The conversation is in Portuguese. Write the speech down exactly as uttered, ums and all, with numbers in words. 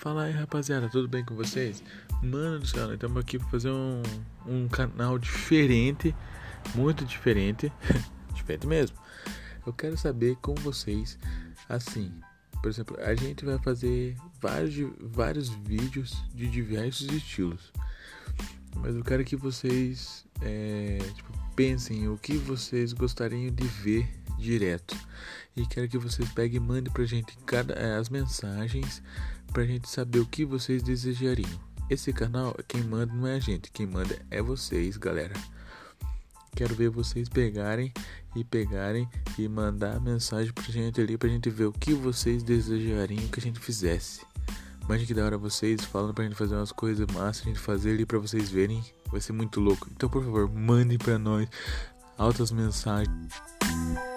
Fala aí, rapaziada, tudo bem com vocês? Mano do céu, nós estamos aqui para fazer um, um canal diferente, muito diferente, diferente mesmo. Eu quero saber com vocês, assim, por exemplo, a gente vai fazer vários, vários vídeos de diversos estilos, mas eu quero que vocês é, tipo, pensem o que vocês gostariam de ver direto. E quero que vocês peguem e mandem pra gente cada, as mensagens pra gente saber o que vocês desejariam. Esse canal, quem manda não é a gente, quem manda é vocês, galera. Quero ver vocês pegarem e pegarem e mandar mensagem pra gente ali pra gente ver o que vocês desejariam que a gente fizesse. Imagina que da hora vocês falando pra gente fazer umas coisas massas, a gente fazer ali pra vocês verem, vai ser muito louco. Então, por favor, mandem pra nós altas mensagens.